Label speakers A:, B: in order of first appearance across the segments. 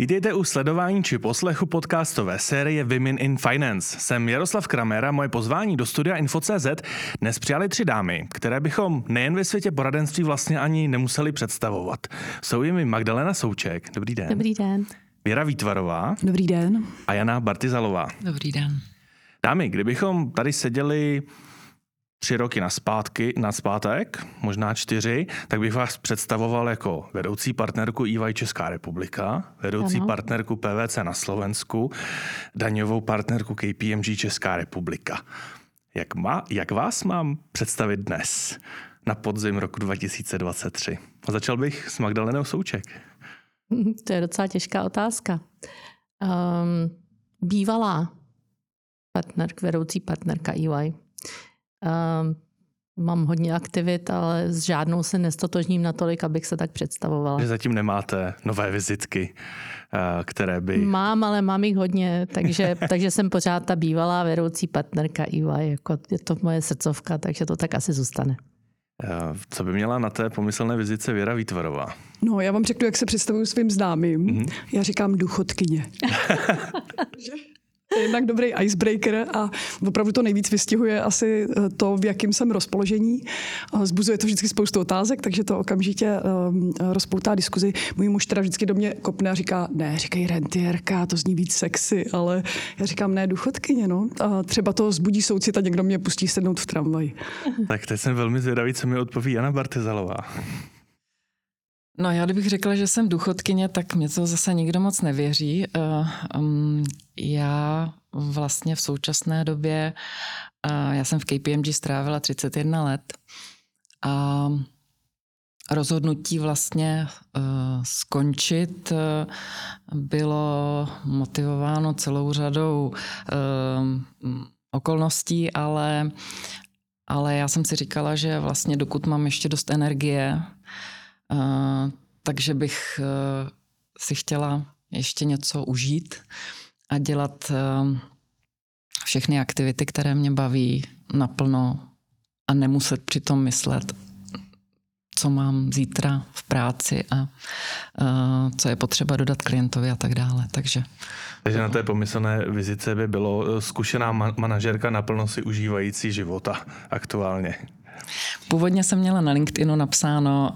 A: Vítejte u sledování či poslechu podcastové série Women in Finance. Jsem Jaroslav Kramer a moje pozvání do studia Info.cz dnes přijali 3 dámy, které bychom nejen ve světě poradenství vlastně ani nemuseli představovat. Jsou jimi Magdalena Souček. Dobrý den.
B: Dobrý den.
A: Věra Výtvarová.
C: Dobrý den.
A: A Jana Bartyzalová.
D: Dobrý den.
A: Dámy, kdybychom tady seděli 3 roky nazpátek, možná 4, tak bych vás představoval jako vedoucí partnerku EY Česká republika, vedoucí partnerku PwC na Slovensku, daňovou partnerku KPMG Česká republika. Jak vás mám představit dnes, na podzim roku 2023? A začal bych s Magdalenou Souček.
B: To je docela těžká otázka. Bývalá vedoucí partnerka EY. Mám hodně aktivit, ale s žádnou se nestotožním natolik, abych se tak představovala.
A: Že zatím nemáte nové vizitky, které by...
B: Mám, ale mám jich hodně, takže jsem pořád ta bývalá vedoucí partnerka EY. Jako je to moje srdcovka, takže to tak asi zůstane.
A: Co by měla na té pomyslné vizitce Věra Výtvarová?
C: No, já vám řeknu, jak se představuju svým známým. Mm-hmm. Já říkám důchodkyně. Je jednak dobrý icebreaker a opravdu to nejvíc vystihuje asi to, v jakém jsem rozpoložení. Zbuzuje to vždycky spoustu otázek, takže to okamžitě rozpoutá diskuzi. Můj muž teda vždycky do mě kopne a říká, ne, říkej rentierka, to zní víc sexy, ale já říkám, ne, důchodkyně, no. A třeba to zbudí soucit a někdo mě pustí sednout v tramvaji.
A: Tak teď jsem velmi zvědavý, co mi odpoví Jana Bartyzalová.
D: No já kdybych řekla, že jsem důchodkyně, tak mě to zase nikdo moc nevěří. Já vlastně v současné době, já jsem v KPMG strávila 31 let a rozhodnutí vlastně skončit bylo motivováno celou řadou okolností, ale já jsem si říkala, že vlastně dokud mám ještě dost energie, takže bych si chtěla ještě něco užít a dělat všechny aktivity, které mě baví naplno a nemuset přitom myslet, co mám zítra v práci a co je potřeba dodat klientovi a tak dále. Takže
A: na té pomyslné vizitce by bylo zkušená manažerka naplno si užívající života aktuálně.
D: Původně jsem měla na LinkedInu napsáno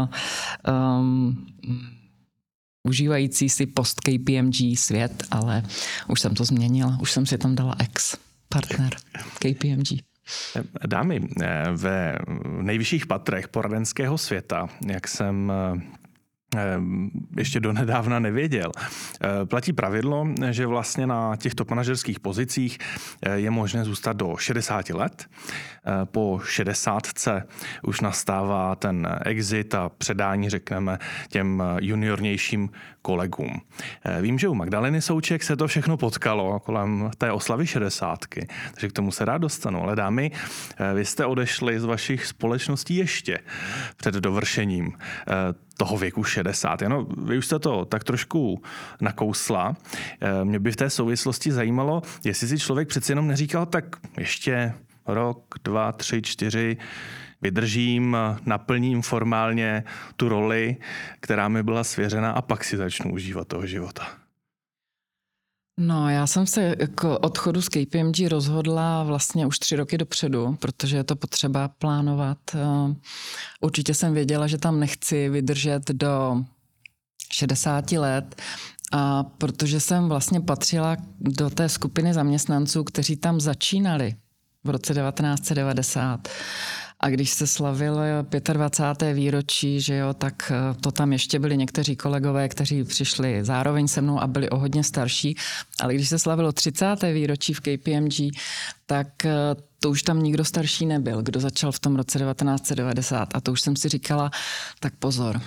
D: užívající si post KPMG svět, ale už jsem to změnila. Už jsem si tam dala ex-partner KPMG.
A: Dámy, ve nejvyšších patrech poradenského světa, jak jsem ještě donedávna nevěděl. Platí pravidlo, že vlastně na těchto manažerských pozicích je možné zůstat do 60 let. Po 60 už nastává ten exit a předání, řekneme, těm juniornějším kolegům. Vím, že u Magdaleny Souček se to všechno potkalo kolem té oslavy 60, takže k tomu se rád dostanu. Ale dámy, vy jste odešli z vašich společností ještě před dovršením toho věku 60. No, vy už jste to tak trošku nakousla. Mě by v té souvislosti zajímalo, jestli si člověk přeci jenom neříkal, tak ještě rok, 2, 3, 4 vydržím, naplním formálně tu roli, která mi byla svěřena a pak si začnu užívat toho života.
D: No, já jsem se k odchodu z KPMG rozhodla vlastně už 3 roky dopředu, protože je to potřeba plánovat. Určitě jsem věděla, že tam nechci vydržet do 60 let, a protože jsem vlastně patřila do té skupiny zaměstnanců, kteří tam začínali v roce 1990. A když se slavilo 25. výročí, že jo, tak to tam ještě byli někteří kolegové, kteří přišli zároveň se mnou a byli o hodně starší. Ale když se slavilo 30. výročí v KPMG, tak to už tam nikdo starší nebyl, kdo začal v tom roce 1990. A to už jsem si říkala, tak pozor.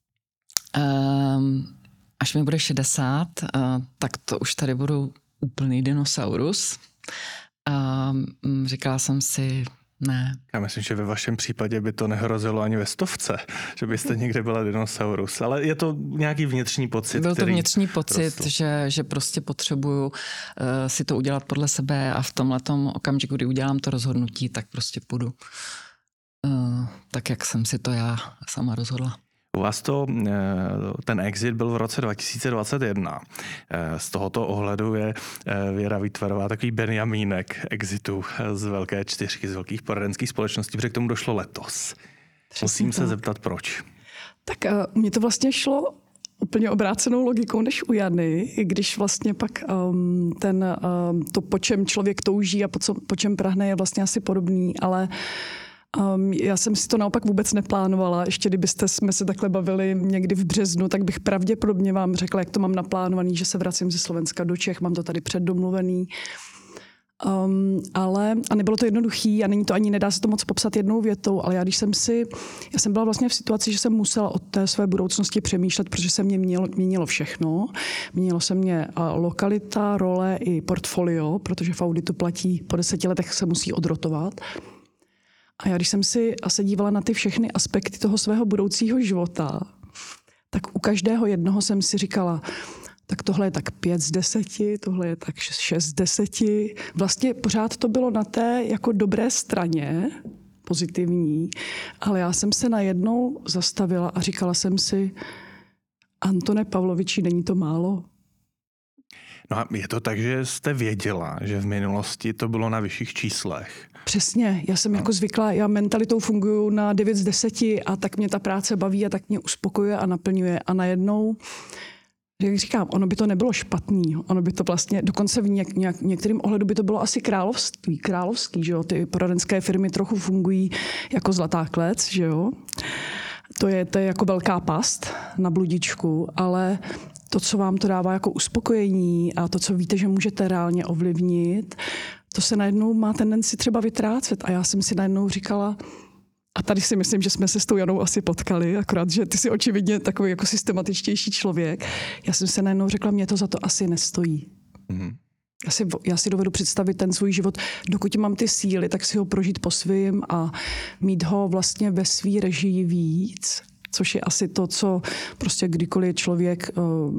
D: Až mi bude 60, tak to už tady budu úplný dinosaurus. A říkala jsem si, ne.
A: Já myslím, že ve vašem případě by to nehrozilo ani ve 100, že byste někde byla dinosaurus, ale je to nějaký vnitřní pocit.
D: Byl to vnitřní pocit, že prostě potřebuju si to udělat podle sebe a v tomhletom okamžiku, kdy udělám to rozhodnutí, tak prostě půjdu tak, jak jsem si to já sama rozhodla.
A: U vás ten exit byl v roce 2021. Z tohoto ohledu je Věra Witwerová takový Benjamínek exitu z velké čtyřky, z velkých poradenských společností, protože k tomu došlo letos. Musím se zeptat, proč.
C: Tak mně to vlastně šlo úplně obrácenou logikou než u Jany, i když vlastně pak to, po čem člověk touží a po čem prahne, je vlastně asi podobný, ale já jsem si to naopak vůbec neplánovala. Ještě jsme se takhle bavili někdy v březnu, tak bych pravděpodobně vám řekla, jak to mám naplánovaný, že se vracím ze Slovenska do Čech, mám to tady předdomluvený. A nebylo to jednoduchý a není to ani, nedá se to moc popsat jednou větou, ale já jsem byla vlastně v situaci, že jsem musela o té své budoucnosti přemýšlet, protože se mě měnilo všechno. Měnilo se mě lokalita, role i portfolio, protože v auditu platí po 10 letech se musí odrotovat. A já když jsem se dívala na ty všechny aspekty toho svého budoucího života, tak u každého jednoho jsem si říkala, tak tohle je tak 5 z 10, tohle je tak 6 z 10. Vlastně pořád to bylo na té jako dobré straně, pozitivní, ale já jsem se najednou zastavila a říkala jsem si, Antone Pavloviči, není to málo?
A: No a je to tak, že jste věděla, že v minulosti to bylo na vyšších číslech?
C: Přesně, já jsem jako zvyklá, já mentalitou funguju na 9 z 10 a tak mě ta práce baví a tak mě uspokojuje a naplňuje a najednou, jak říkám, ono by to nebylo špatný, ono by to vlastně, dokonce v některým ohledu by to bylo asi královský, že jo, ty poradenské firmy trochu fungují jako zlatá klec, že jo. To je jako velká past na bludičku, ale to, co vám to dává jako uspokojení a to, co víte, že můžete reálně ovlivnit, to se najednou má tendenci třeba vytrácet. A já jsem si najednou říkala, a tady si myslím, že jsme se s tou Janou asi potkali, akorát, že ty jsi očividně takový jako systematičtější člověk. Já jsem si najednou řekla, mě to za to asi nestojí. Mm-hmm. Já si dovedu představit ten svůj život, dokud mám ty síly, tak si ho prožít po svým a mít ho vlastně ve svý režii víc, což je asi to, co prostě kdykoliv je člověk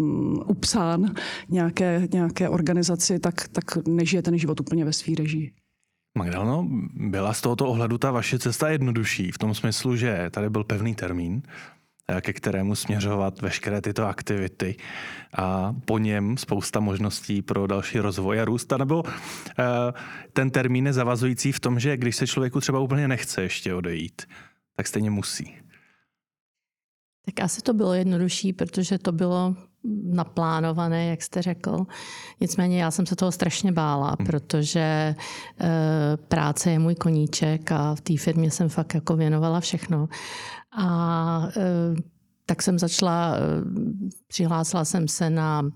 C: upsán nějaké organizaci, tak nežije ten život úplně ve svý režii.
A: Magdaleno, byla z tohoto ohledu ta vaše cesta jednodušší v tom smyslu, že tady byl pevný termín, ke kterému směřovat veškeré tyto aktivity a po něm spousta možností pro další rozvoj a růst, nebo ten termín je zavazující v tom, že když se člověku třeba úplně nechce ještě odejít, tak stejně musí.
B: Tak asi to bylo jednodušší, protože to bylo naplánované, jak jste řekl. Nicméně já jsem se toho strašně bála, protože práce je můj koníček a v té firmě jsem fakt jako věnovala všechno. A tak jsem přihlásila jsem se na,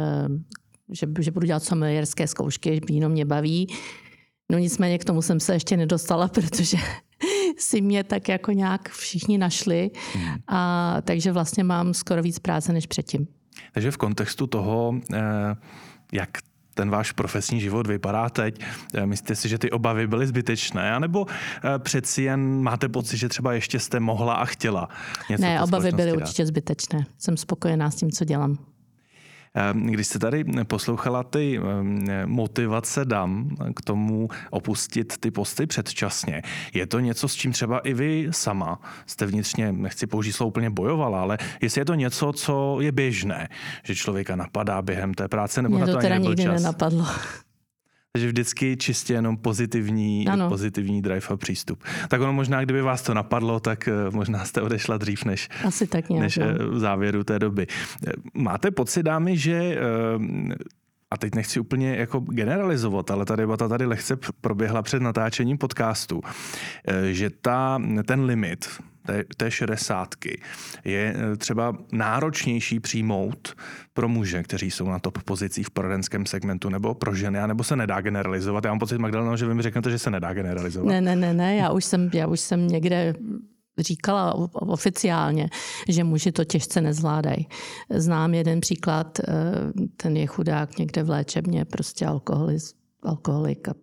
B: že budu dělat sommelierské zkoušky, víno mě baví. No nicméně k tomu jsem se ještě nedostala, protože si mě tak jako nějak všichni našli. A takže vlastně mám skoro víc práce než předtím.
A: Takže v kontextu toho, jak ten váš profesní život vypadá teď, myslíte si, že ty obavy byly zbytečné, anebo přeci jen máte pocit, že třeba ještě jste mohla a chtěla něco?
B: Ne, obavy byly určitě zbytečné. Jsem spokojená s tím, co dělám.
A: Když jste tady poslouchala ty motivace dam k tomu opustit ty posty předčasně, je to něco, s čím třeba i vy sama jste vnitřně, nechci použít slovo úplně bojovala, ale jestli je to něco, co je běžné, že člověka napadá během té práce, nebo
B: mě
A: na to
B: teda
A: ani nebyl
B: nikdy
A: čas?
B: Nenapadlo.
A: Takže vždycky čistě jenom pozitivní drive a přístup. Tak ono možná, kdyby vás to napadlo, tak možná jste odešla dřív než v závěru té doby. Máte pocit, dámy, že, a teď nechci úplně jako generalizovat, ale ta debata tady lehce proběhla před natáčením podcastu, že ten limit té 60 je třeba náročnější přijmout pro muže, kteří jsou na top pozicích v poradenském segmentu, nebo pro ženy, anebo se nedá generalizovat. Já mám pocit, Magdaleno, že vy mi řeknete, že se nedá generalizovat.
B: Ne, já už jsem někde říkala oficiálně, že muži to těžce nezvládají. Znám jeden příklad, ten je chudák někde v léčebně, prostě alkoholik a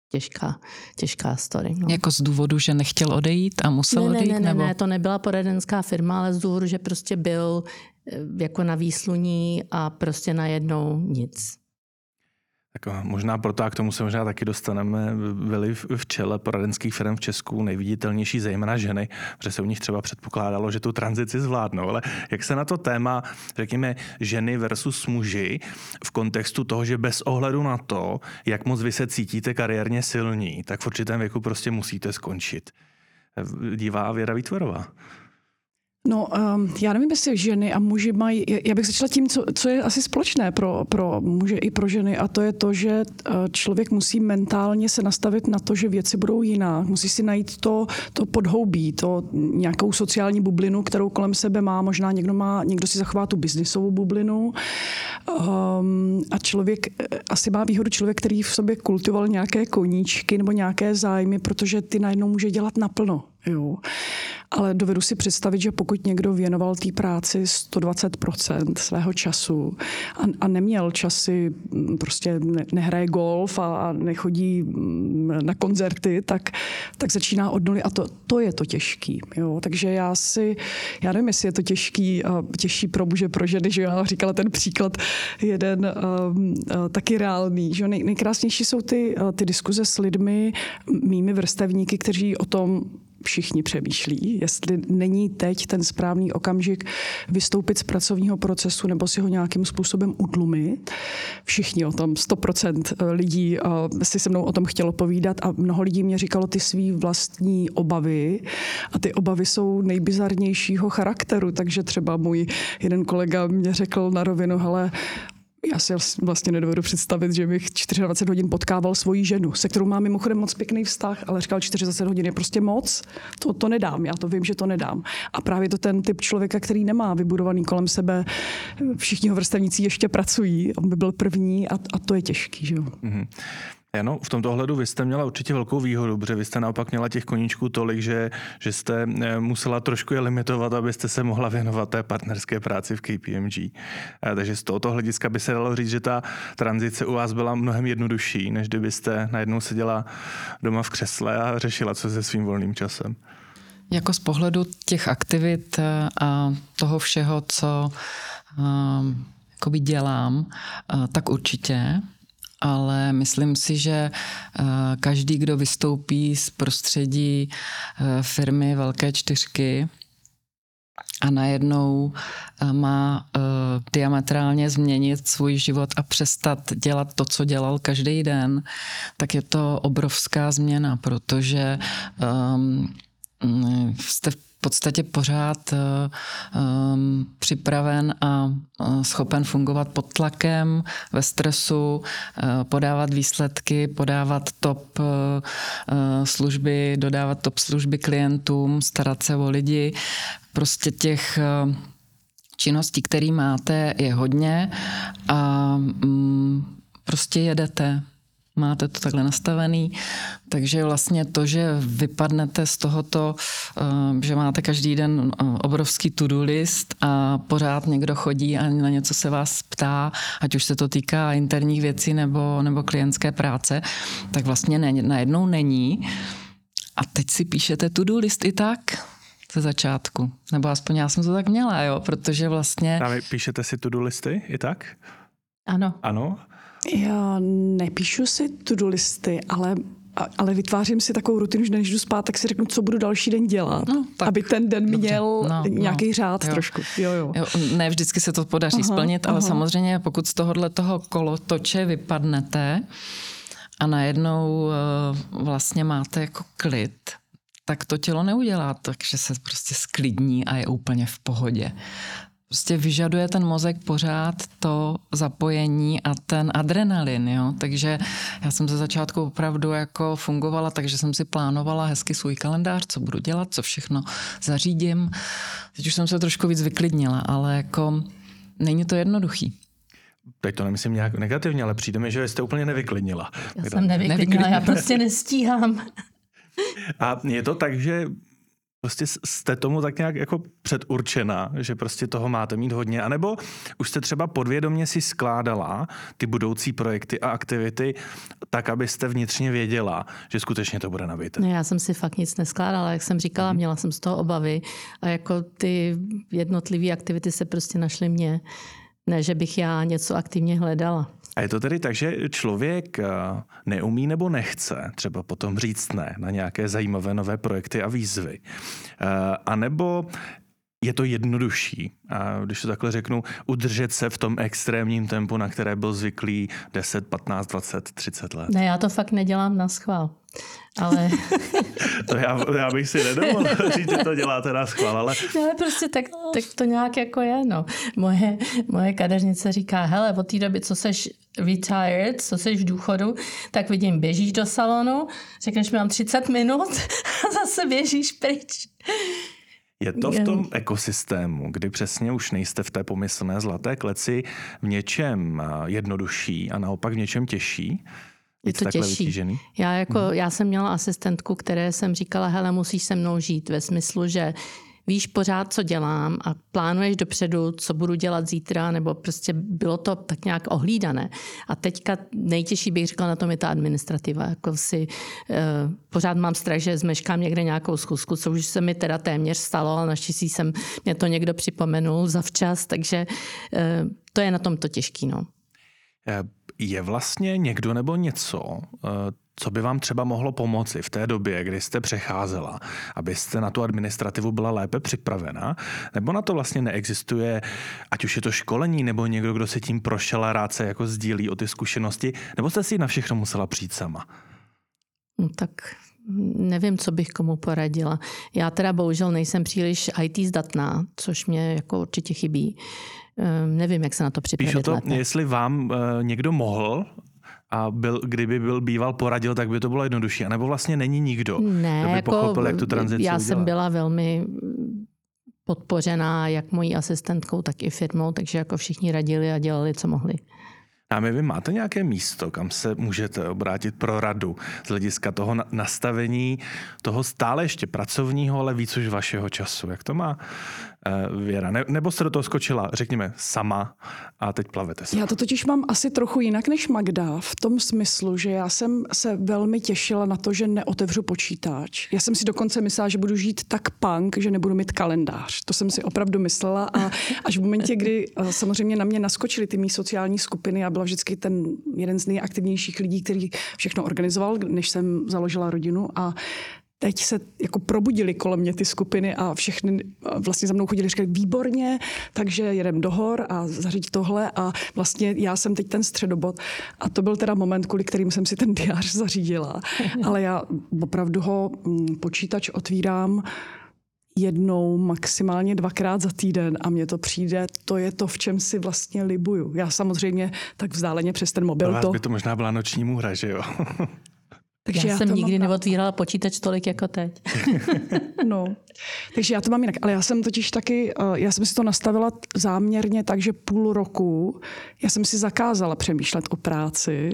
B: těžká story. No.
D: Jako z důvodu, že nechtěl odejít a musel odejít?
B: Ne, to nebyla poradenská firma, ale z důvodu, že prostě byl jako na výsluní a prostě najednou nic.
A: Tak možná proto, a k tomu se možná taky dostaneme, byly v čele poradenských firm v Česku nejviditelnější zejména ženy, protože se u nich třeba předpokládalo, že tu tranzici zvládnou. Ale jak se na to téma, řekněme, ženy versus muži v kontextu toho, že bez ohledu na to, jak moc vy se cítíte kariérně silní, tak v určitém věku prostě musíte skončit, dívá Věra Výtvorová?
C: No, já nevím, jestli ženy a muži mají, já bych začala tím, co je asi společné pro muže i pro ženy, a to je to, že člověk musí mentálně se nastavit na to, že věci budou jinak. Musí si najít to podhoubí, to nějakou sociální bublinu, kterou kolem sebe má. Možná někdo si zachová tu biznisovou bublinu. A člověk, asi má výhodu člověk, který v sobě kultivoval nějaké koníčky nebo nějaké zájmy, protože ty najednou může dělat naplno. Jo. Ale dovedu si představit, že pokud někdo věnoval té práci 120% svého času a neměl časy, prostě nehraje golf a nechodí na koncerty, tak začíná od nuly a to je to těžký. Jo. Takže já nevím, jestli je to těžší pro muže, pro ženy, že já říkala ten příklad jeden taky reálný. Že nejkrásnější jsou ty diskuze s lidmi, mými vrstevníky, kteří o tom všichni přemýšlí, jestli není teď ten správný okamžik vystoupit z pracovního procesu nebo si ho nějakým způsobem utlumit. Všichni o tom, 100% lidí si se mnou o tom chtělo povídat a mnoho lidí mě říkalo ty svý vlastní obavy a ty obavy jsou nejbizarnějšího charakteru, takže třeba můj jeden kolega mě řekl na rovinu, hele, já si vlastně nedovedu představit, že bych 24 hodin potkával svoji ženu, se kterou mám mimochodem moc pěkný vztah, ale říkal, 40 hodin je prostě moc, to nedám, já to vím, že to nedám. A právě to ten typ člověka, který nemá vybudovaný kolem sebe, všichni ho vrstevníci ještě pracují, on by byl první a to je těžký, že jo. Mm-hmm.
A: Ano, v tomto ohledu vy jste měla určitě velkou výhodu, protože vy jste naopak měla těch koníčků tolik, že jste musela trošku je limitovat, abyste se mohla věnovat té partnerské práci v KPMG. Takže z tohoto hlediska by se dalo říct, že ta tranzice u vás byla mnohem jednodušší, než kdybyste najednou seděla doma v křesle a řešila, co se svým volným časem.
D: Jako z pohledu těch aktivit a toho všeho, co jakoby dělám, tak určitě. Ale myslím si, že každý, kdo vystoupí z prostředí firmy Velké čtyřky a najednou má diametrálně změnit svůj život a přestat dělat to, co dělal každý den, tak je to obrovská změna, protože jste v podstatě pořád připraven a schopen fungovat pod tlakem, ve stresu, podávat výsledky, podávat top služby, dodávat top služby klientům, starat se o lidi. Prostě těch činností, které máte, je hodně a prostě jedete. Máte to takhle nastavený, takže vlastně to, že vypadnete z tohoto, že máte každý den obrovský to-do list a pořád někdo chodí a na něco se vás ptá, ať už se to týká interních věcí nebo klientské práce, tak vlastně najednou není. A teď si píšete to-do list i tak ze začátku. Nebo aspoň já jsem to tak měla, jo, protože vlastně...
A: A vy píšete si to-do listy i tak?
B: Ano.
A: Ano?
C: Já nepíšu si to-do listy, ale vytvářím si takovou rutinu, že než jdu spát, tak si řeknu, co budu další den dělat, aby ten den měl nějaký řád trošku. Jo.
D: Ne vždycky se to podaří splnit, ale samozřejmě pokud z toho kolotoče vypadnete a najednou vlastně máte jako klid, tak to tělo neudělá, takže se prostě sklidní a je úplně v pohodě. Prostě vyžaduje ten mozek pořád to zapojení a ten adrenalin, jo. Takže já jsem ze začátku opravdu jako fungovala, takže jsem si plánovala hezky svůj kalendář, co budu dělat, co všechno zařídím. Teď už jsem se trošku víc vyklidnila, ale jako není to jednoduchý.
A: Teď to nemyslím nějak negativně, ale přijde mi, že jste úplně nevyklidnila.
B: Já jsem nevyklidnila, já prostě nestíhám.
A: A je to tak, že prostě jste tomu tak nějak jako předurčená, že prostě toho máte mít hodně, anebo už jste třeba podvědomě si skládala ty budoucí projekty a aktivity tak, abyste vnitřně věděla, že skutečně to bude nabité.
B: Ne, já jsem si fakt nic neskládala, jak jsem říkala, měla jsem z toho obavy a jako ty jednotlivé aktivity se prostě našly mě. Ne, že bych já něco aktivně hledala.
A: A je to tedy tak, že člověk neumí nebo nechce třeba potom říct ne na nějaké zajímavé nové projekty a výzvy. A nebo je to jednodušší, a když to takhle řeknu, udržet se v tom extrémním tempu, na které byl zvyklý 10, 15, 20, 30 let.
B: Ne, já to fakt nedělám na schvál. Ale...
A: To já bych si nedovolil říct, že to děláte na schvál, ale...
B: No, ale prostě tak to nějak jako je, no. Moje kadeřnice říká, hele, od té doby, co seš retired, co seš v důchodu, tak vidím, běžíš do salonu, řekneš mi, mám 30 minut a zase běžíš pryč.
A: Je to v tom ekosystému, kdy přesně už nejste v té pomyslné zlaté kleci, v něčem jednodušší a naopak v něčem těžší?
B: Je to těžší. Já jsem měla asistentku, které jsem říkala, hele, musíš se mnou žít, ve smyslu, že víš pořád, co dělám a plánuješ dopředu, co budu dělat zítra, nebo prostě bylo to tak nějak ohlídané. A teďka nejtěžší bych řekla na tom je ta administrativa. Jako pořád mám strach, že zmeškám někde nějakou schůzku, co už se mi teda téměř stalo, ale naštěstí mě to někdo připomenul zavčas, takže to je na tom to těžký, no.
A: Je vlastně někdo nebo něco, co by vám třeba mohlo pomoci v té době, kdy jste přecházela, abyste na tu administrativu byla lépe připravena? Nebo na to vlastně neexistuje, ať už je to školení, nebo někdo, kdo se tím prošel a rád se jako sdílí o ty zkušenosti, nebo jste si na všechno musela přijít sama?
B: No tak nevím, co bych komu poradila. Já teda bohužel nejsem příliš IT zdatná, což mě jako určitě chybí. Nevím, jak se na to připravit.
A: Píšu to, jestli vám někdo mohl a kdyby byl býval poradil, tak by to bylo jednodušší. A nebo vlastně není nikdo, kdo by pochopil, jak tu tranzici
B: já
A: udělat.
B: jsem byla velmi podpořená jak mojí asistentkou, tak i firmou, takže jako všichni radili a dělali, co mohli.
A: A vy máte nějaké místo, kam se můžete obrátit pro radu z hlediska toho nastavení toho stále ještě pracovního, ale víc už vašeho času? Jak to má Věra? Nebo jste do toho skočila, řekněme, sama a teď plavete se?
C: Já to totiž mám asi trochu jinak než Magda, v tom smyslu, že já jsem se velmi těšila na to, že neotevřu počítač. Já jsem si dokonce myslela, že budu žít tak punk, že nebudu mít kalendář. To jsem si opravdu myslela a až v momentě, kdy samozřejmě na mě naskočily ty mý sociální skupiny, já byla vždycky ten jeden z nejaktivnějších lidí, který všechno organizoval, než jsem založila rodinu a teď se jako probudili kolem mě ty skupiny a všechny vlastně za mnou chodili, říkali výborně, takže jedem do hor a zařídit tohle a vlastně já jsem teď ten středobod a to byl teda moment, kvůli kterým jsem si ten diář zařídila. Ale já opravdu ho počítač otvírám jednou, maximálně 2krát za týden a mně to přijde, to je to, v čem si vlastně libuju. Já samozřejmě tak vzdáleně přes ten mobil
A: to... by to možná byla noční můra, že jo?
B: Takže já jsem nikdy neotvírala počítač tolik jako teď.
C: No, takže já to mám jinak. Ale já jsem totiž taky, já jsem si to nastavila záměrně tak, že půl roku já jsem si zakázala přemýšlet o práci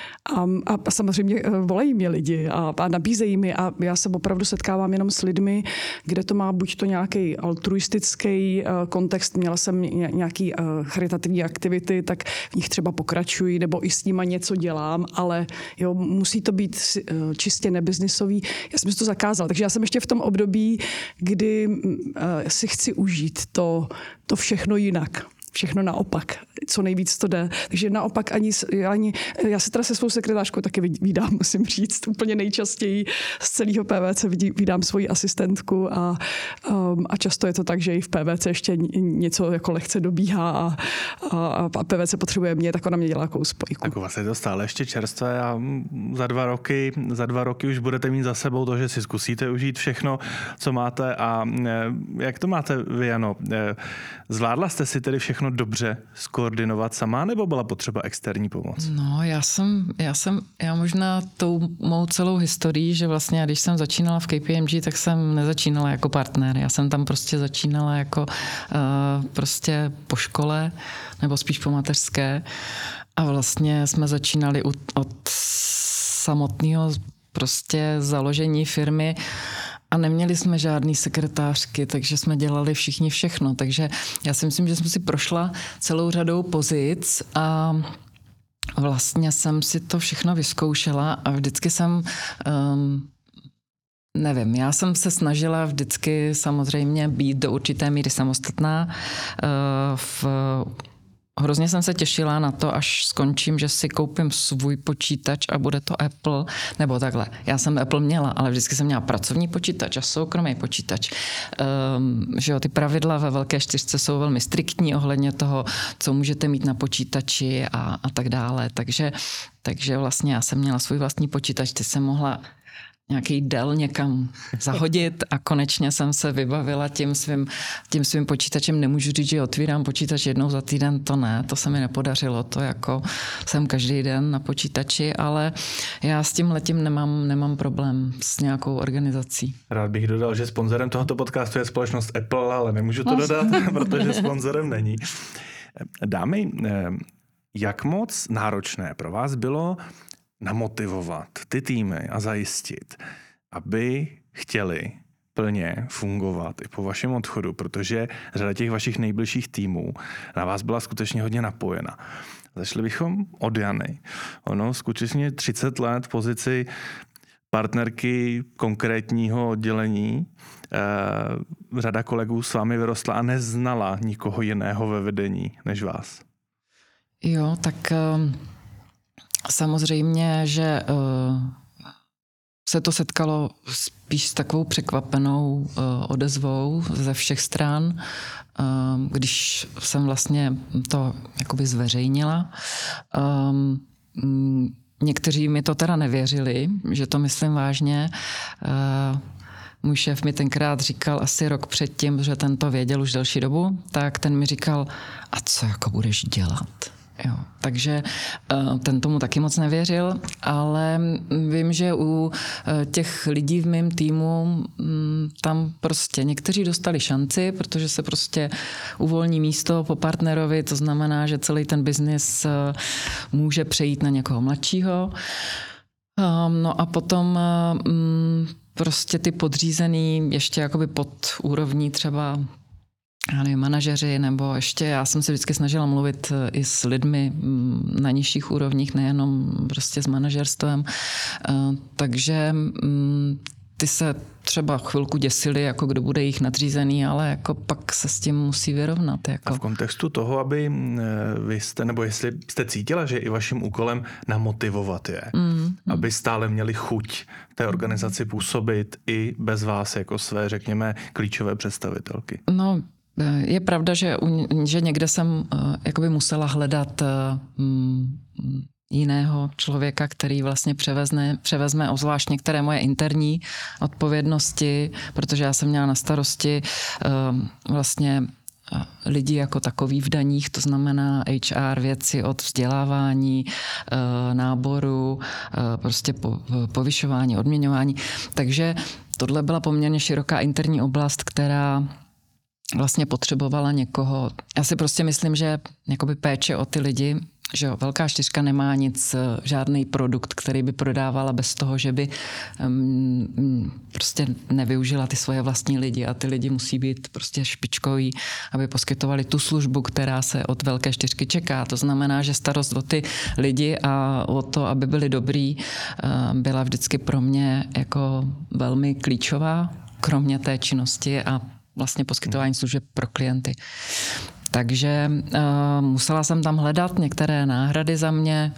C: a samozřejmě volají mě lidi a nabízejí mi a já se opravdu setkávám jenom s lidmi, kde to má buď to nějaký altruistický kontext, měla jsem nějaký charitativní aktivity, tak v nich třeba pokračuji nebo i s nima něco dělám, ale jo, musí to být čistě nebiznisový. Já jsem si to zakázala, takže já jsem ještě v tom období, kdy si chci užít to všechno jinak. Všechno naopak, co nejvíc to jde. Takže naopak já se teda se svou sekretářkou taky vídám, musím říct, úplně nejčastěji z celého PVC vídám svoji asistentku a často je to tak, že i v PVC ještě něco jako lehce dobíhá a PVC potřebuje mě, tak ona mě dělá takovou spojku.
A: Tak vlastně je to stále ještě čerstvé a za dva roky už budete mít za sebou to, že si zkusíte užít všechno, co máte a jak to máte vy, Jano? Zvládla jste si tedy všechno dobře skoordinovat sama, nebo byla potřeba externí pomoc?
D: No, já možná tou mou celou historií, že vlastně, když jsem začínala v KPMG, tak jsem nezačínala jako partner. Já jsem tam prostě začínala jako prostě po škole, nebo spíš po mateřské. A vlastně jsme začínali od samotného prostě založení firmy a neměli jsme žádný sekretářky, takže jsme dělali všichni všechno. Takže já si myslím, že jsem si prošla celou řadou pozic a vlastně jsem si to všechno vyzkoušela a vždycky jsem, nevím, já jsem se snažila vždycky samozřejmě být do určité míry samostatná v hrozně jsem se těšila na to, až skončím, že si koupím svůj počítač a bude to Apple, nebo takhle. Já jsem Apple měla, ale vždycky jsem měla pracovní počítač a soukromý počítač. Že jo, ty pravidla ve Velké čtyřce jsou velmi striktní ohledně toho, co můžete mít na počítači a tak dále. Takže vlastně já jsem měla svůj vlastní počítač, ty jsem mohla nějaký Dell někam zahodit a konečně jsem se vybavila tím svým počítačem. Nemůžu říct, že otvírám počítač jednou za týden, to ne, to se mi nepodařilo, to jako jsem každý den na počítači, ale já s tím letím nemám problém s nějakou organizací.
A: Rád bych dodal, že sponzorem tohoto podcastu je společnost Apple, ale nemůžu to dodat, protože sponzorem není. Dámy, jak moc náročné pro vás bylo namotivovat ty týmy a zajistit, aby chtěli plně fungovat i po vašem odchodu, protože řada těch vašich nejbližších týmů na vás byla skutečně hodně napojena. Začali bychom od Jany. Ono skutečně 30 let v pozici partnerky konkrétního oddělení. Řada kolegů s vámi vyrostla a neznala nikoho jiného ve vedení než vás.
D: Jo, tak samozřejmě, že se to setkalo spíš s takovou překvapenou odezvou ze všech stran, když jsem vlastně to jakoby zveřejnila. Někteří mi to teda nevěřili, že to myslím vážně. Můj šéf mi tenkrát říkal asi rok předtím, že ten to věděl už delší dobu, tak ten mi říkal, a co jako budeš dělat? Jo, takže ten tomu taky moc nevěřil, ale vím, že u těch lidí v mém týmu tam prostě někteří dostali šanci, protože se prostě uvolní místo po partnerovi, to znamená, že celý ten biznis může přejít na někoho mladšího. No a potom prostě ty podřízený ještě jakoby pod úrovní třeba já nevím, manažeři, nebo ještě já jsem se vždycky snažila mluvit i s lidmi na nižších úrovních, nejenom prostě s manažerstvem. Takže ty se třeba chvilku děsili, jako kdo bude jich nadřízený, ale jako pak se s tím musí vyrovnat. Jako.
A: A v kontextu toho, aby vy jste, nebo jestli jste cítila, že i vaším úkolem namotivovat je, aby stále měli chuť té organizaci působit i bez vás jako své, řekněme, klíčové představitelky.
D: No, je pravda, že někde jsem jakoby musela hledat jiného člověka, který vlastně převezme obzvlášť některé moje interní odpovědnosti, protože já jsem měla na starosti vlastně lidi jako takový v daních, to znamená HR věci od vzdělávání, náboru, prostě povyšování, odměňování. Takže tohle byla poměrně široká interní oblast, která vlastně potřebovala někoho. Já si prostě myslím, že jakoby péče o ty lidi, že jo, Velká čtyřka nemá nic, žádný produkt, který by prodávala bez toho, že by prostě nevyužila ty svoje vlastní lidi a ty lidi musí být prostě špičkoví, aby poskytovali tu službu, která se od Velké čtyřky čeká. To znamená, že starost o ty lidi a o to, aby byli dobrý, byla vždycky pro mě jako velmi klíčová, kromě té činnosti a vlastně poskytování služeb pro klienty. Takže musela jsem tam hledat některé náhrady za mě.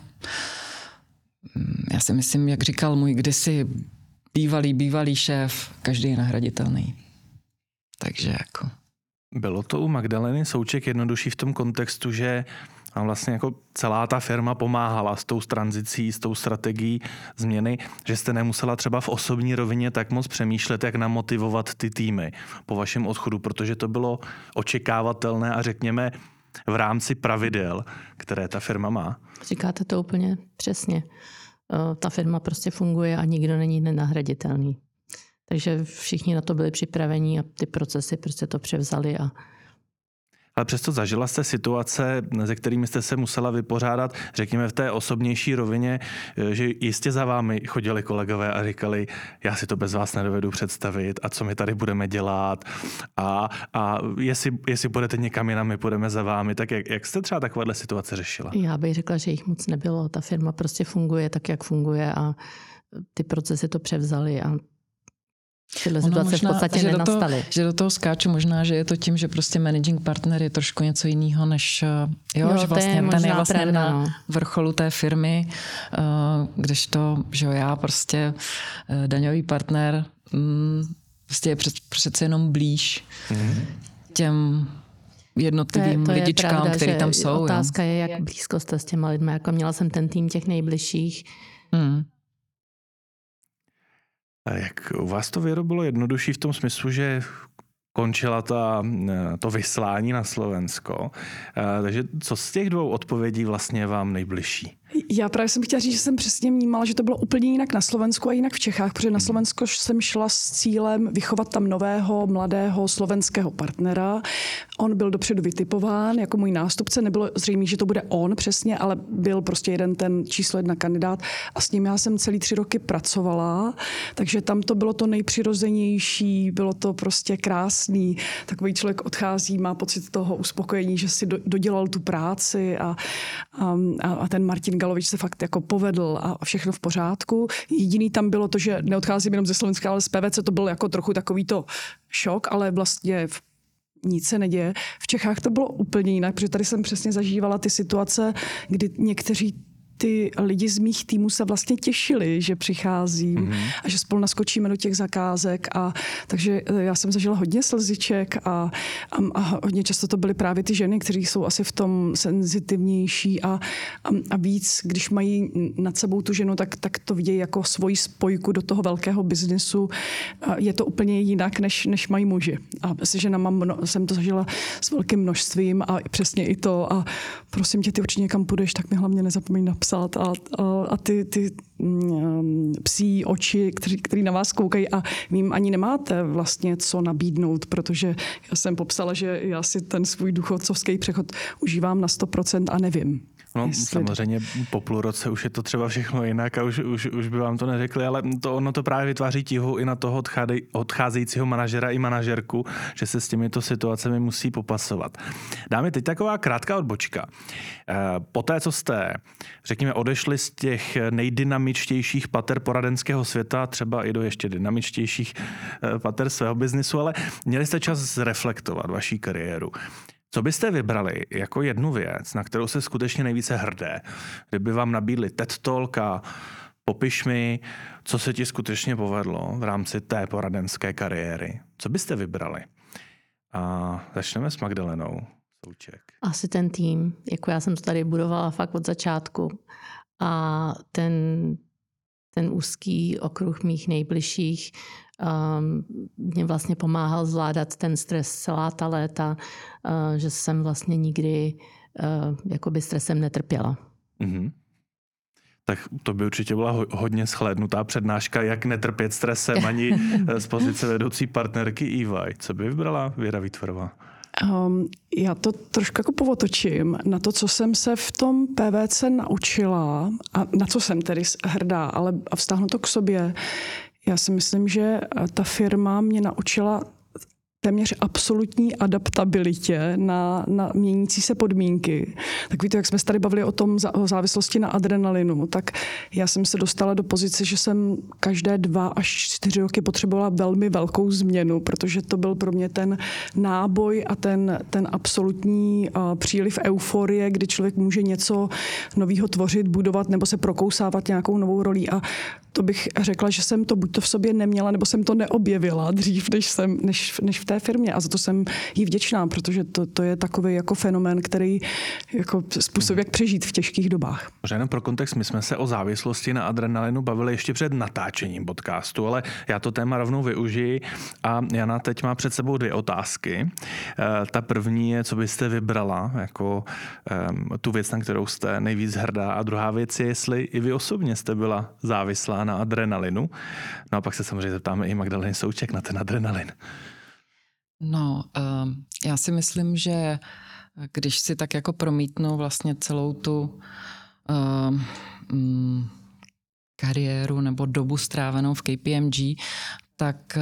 D: Já si myslím, jak říkal můj kdysi bývalý šéf, každý je nahraditelný. Takže jako...
A: Bylo to u Magdaleny Souček jednodušší v tom kontextu, že vám vlastně jako celá ta firma pomáhala s tou tranzicí, s tou strategií změny, že jste nemusela třeba v osobní rovině tak moc přemýšlet, jak namotivovat ty týmy po vašem odchodu, protože to bylo očekávatelné a řekněme v rámci pravidel, které ta firma má.
B: Říkáte to úplně přesně. Ta firma prostě funguje a nikdo není nenahraditelný. Takže všichni na to byli připraveni a ty procesy prostě to převzali.
A: Ale přesto zažila jste situace, se kterými jste se musela vypořádat, řekněme v té osobnější rovině, že jistě za vámi chodili kolegové a říkali, já si to bez vás nedovedu představit a co my tady budeme dělat a jestli půjdete někam jinam, my půjdeme za vámi. Tak jak jste třeba takovéhle situace řešila?
B: Já bych řekla, že jich moc nebylo. Ta firma prostě funguje tak, jak funguje a ty procesy to převzaly a tyhle situace v podstatě nenastaly.
D: Že do toho skáču možná, že je to tím, že prostě managing partner je trošku něco jiného, než že vlastně ten je vlastně na vrcholu té firmy, kdežto, že já prostě daňový partner prostě je přece jenom blíž těm jednotlivým lidičkám, který tam jsou.
B: Otázka je, jak blízko jste s těma lidmi. Jako měla jsem ten tým těch nejbližších.
A: Jak u vás to, Věro, bylo jednodušší v tom smyslu, že končila to vyslání na Slovensko. Takže co z těch dvou odpovědí vlastně vám nejbližší?
C: Já právě jsem chtěla říct, že jsem přesně vnímala, že to bylo úplně jinak na Slovensku a jinak v Čechách, protože na Slovensko jsem šla s cílem vychovat tam nového, mladého slovenského partnera. On byl dopředu vytipován jako můj nástupce. Nebylo zřejmé, že to bude on přesně, ale byl prostě jeden ten číslo 1 kandidát a s ním já jsem celý 3 roky pracovala, takže tam to bylo to nejpřirozenější, bylo to prostě krásný. Takový člověk odchází, má pocit toho uspokojení, že si dodělal tu práci a ten Martin Galovič se fakt jako povedl a všechno v pořádku. Jediný tam bylo to, že neodcházím jenom ze Slovenska, ale z PVC, to byl jako trochu takový to šok, ale vlastně nic se neděje. V Čechách to bylo úplně jinak, protože tady jsem přesně zažívala ty situace, kdy někteří ty lidi z mých týmů se vlastně těšili, že přicházím a že spolu naskočíme do těch zakázek. Takže já jsem zažila hodně slziček a hodně často to byly právě ty ženy, kteří jsou asi v tom senzitivnější a víc, když mají nad sebou tu ženu, tak to vidějí jako svoji spojku do toho velkého biznesu. Je to úplně jinak, než mají muži. A s ženama jsem to zažila s velkým množstvím a přesně i to. A prosím tě, ty určitě někam půjdeš, tak mi hlavně nezapomeň napsat. A ty psí oči, který na vás koukají a vím, ani nemáte vlastně co nabídnout, protože já jsem popsala, že já si ten svůj důchodcovský přechod užívám na 100% a nevím.
A: No, samozřejmě po půl roce už je to třeba všechno jinak a už by vám to neřekli, ale ono to právě vytváří tíhu i na toho odcházejícího manažera i manažerku, že se s těmito situacemi musí popasovat. Dáme teď taková krátká odbočka. Poté, co jste, řekněme, odešli z těch nejdynamičtějších pater poradenského světa, třeba i do ještě dynamičtějších pater svého biznisu, ale měli jste čas zreflektovat vaší kariéru. Co byste vybrali jako jednu věc, na kterou se skutečně nejvíce hrdé? Kdyby vám nabídli TED Talk a popiš mi, co se ti skutečně povedlo v rámci té poradenské kariéry. Co byste vybrali? A začneme s Magdalenou Souček.
B: Asi ten tým. Jako já jsem to tady budovala fakt od začátku. A ten úzký okruh mých nejbližších mě vlastně pomáhal zvládat ten stres celá ta léta, že jsem vlastně nikdy jakoby stresem netrpěla.
A: Mm-hmm. Tak to by určitě byla hodně shlédnutá přednáška, jak netrpět stresem ani z pozice vedoucí partnerky EY. Co by vybrala Věra Vítvorová?
C: Já to trošku jako povotočím na to, co jsem se v tom PVC naučila a na co jsem tedy hrdá, ale a vztáhnu to k sobě. Já si myslím, že ta firma mě naučila téměř absolutní adaptabilitě na měnící se podmínky. Tak víte, jak jsme se tady bavili o tom o závislosti na adrenalinu, tak já jsem se dostala do pozice, že jsem každé 2 až 4 roky potřebovala velmi velkou změnu, protože to byl pro mě ten náboj a ten absolutní příliv euforie, kdy člověk může něco nového tvořit, budovat nebo se prokousávat nějakou novou rolí. A to bych řekla, že jsem to buď to v sobě neměla, nebo jsem to neobjevila dřív, než v té firmě. A za to jsem jí vděčná, protože to je takový jako fenomén, který jako způsob, jak přežít v těžkých dobách.
A: Možná jenom pro kontext, my jsme se o závislosti na adrenalinu bavili ještě před natáčením podcastu, ale já to téma rovnou využiji a Jana teď má před sebou 2 otázky. Ta první je, co byste vybrala jako tu věc, na kterou jste nejvíc hrdá, a druhá věc je, jestli i vy osobně jste byla závislá na adrenalinu. No a pak se samozřejmě zeptáme i Magdaleny Souček na ten adrenalin.
D: No, já si myslím, že když si tak jako promítnu vlastně celou tu kariéru nebo dobu strávenou v KPMG, tak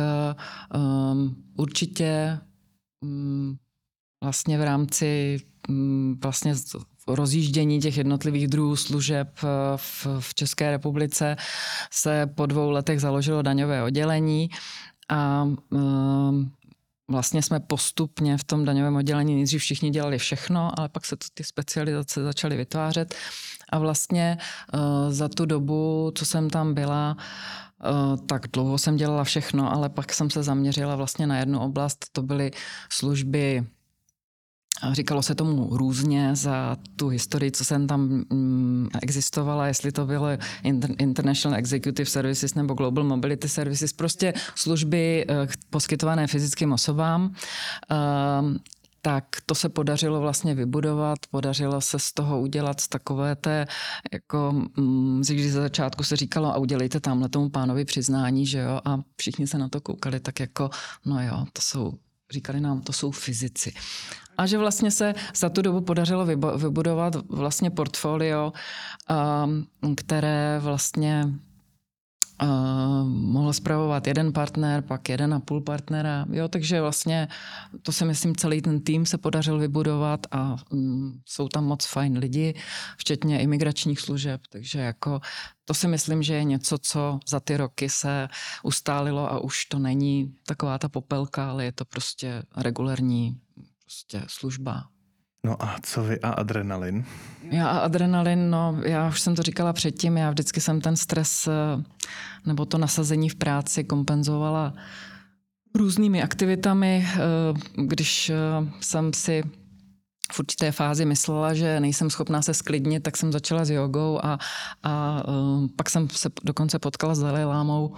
D: určitě vlastně v rámci vlastně rozjíždění těch jednotlivých druhů služeb v České republice se po 2 letech založilo daňové oddělení A vlastně jsme postupně v tom daňovém oddělení nejdřív všichni dělali všechno, ale pak se ty specializace začaly vytvářet. A vlastně za tu dobu, co jsem tam byla, tak dlouho jsem dělala všechno, ale pak jsem se zaměřila vlastně na jednu oblast. To byly služby, říkalo se tomu různě za tu historii, co jsem tam existovala, jestli to bylo International Executive Services nebo Global Mobility Services, prostě služby poskytované fyzickým osobám. Tak to se podařilo vlastně vybudovat, podařilo se z toho udělat z takové té, jako, když za začátku se říkalo a udělejte tamhle tomu pánovi přiznání, že jo, a všichni se na to koukali tak jako, no jo, říkali nám, to jsou fyzici. A že vlastně se za tu dobu podařilo vybudovat vlastně portfolio, které vlastně mohl spravovat jeden partner, pak 1,5 partnera. Jo, takže vlastně to si myslím, celý ten tým se podařil vybudovat a jsou tam moc fajn lidi, včetně imigračních služeb, takže jako to si myslím, že je něco, co za ty roky se ustálilo a už to není taková ta popelka, ale je to prostě regulérní prostě služba.
A: No a co vy a adrenalin?
D: Já a adrenalin, no já už jsem to říkala předtím, já vždycky jsem ten stres nebo to nasazení v práci kompenzovala různými aktivitami. Když jsem si v určité fázi myslela, že nejsem schopná se sklidnit, tak jsem začala s jogou a pak jsem se dokonce potkala s Dalajlámou.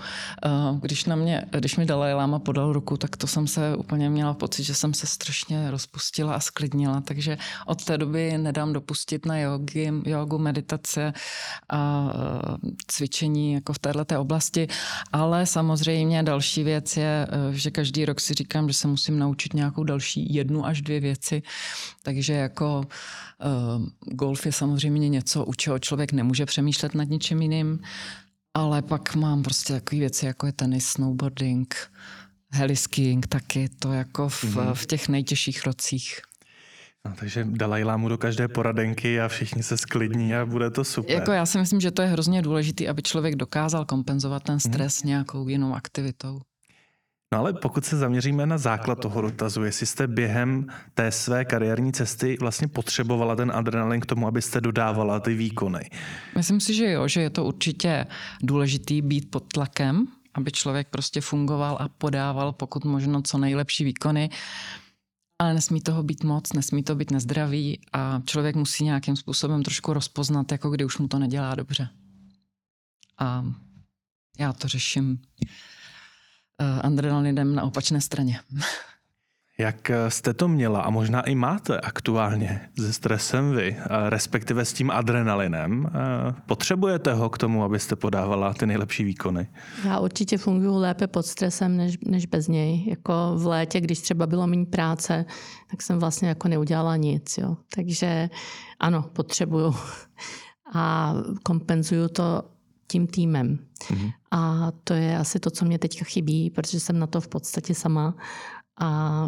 D: Když mi Dalajláma podal ruku, tak to jsem se úplně měla pocit, že jsem se strašně rozpustila a sklidnila, takže od té doby nedám dopustit na jogu, meditace a cvičení jako v této oblasti, ale samozřejmě další věc je, že každý rok si říkám, že se musím naučit nějakou další 1 až 2 věci, takže jako golf je samozřejmě něco, u čeho člověk nemůže přemýšlet nad ničím jiným, ale pak mám prostě takové věci, jako je tenis, snowboarding, heliskiing taky, to jako v těch nejtěžších rocích.
A: No, takže Dalajlámu do každé poradenky a všichni se sklidní a bude to super.
D: Jako já si myslím, že to je hrozně důležité, aby člověk dokázal kompenzovat ten stres nějakou jinou aktivitou.
A: No ale pokud se zaměříme na základ toho dotazu, jestli jste během té své kariérní cesty vlastně potřebovala ten adrenalin k tomu, abyste dodávala ty výkony.
D: Myslím si, že jo, že je to určitě důležitý být pod tlakem, aby člověk prostě fungoval a podával pokud možno co nejlepší výkony, ale nesmí toho být moc, nesmí to být nezdravý a člověk musí nějakým způsobem trošku rozpoznat, jako kdy už mu to nedělá dobře. A já to řeším adrenalinem na opačné straně.
A: Jak jste to měla a možná i máte aktuálně se stresem vy, respektive s tím adrenalinem? Potřebujete ho k tomu, abyste podávala ty nejlepší výkony?
B: Já určitě funguji lépe pod stresem, než bez něj. Jako v létě, když třeba bylo méně práce, tak jsem vlastně jako neudělala nic. Jo. Takže ano, potřebuju. A kompenzuju to tím týmem. Mm-hmm. A to je asi to, co mě teďka chybí, protože jsem na to v podstatě sama. A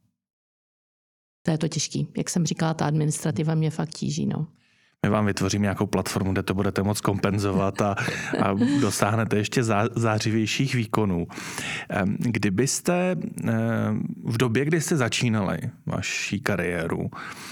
B: to je to těžký. Jak jsem říkala, ta administrativa mě fakt tíží. No.
A: My vám vytvoříme nějakou platformu, kde to budete moct kompenzovat a dosáhnete ještě zářivějších výkonů. Kdybyste v době, kdy jste začínali vaši kariéru,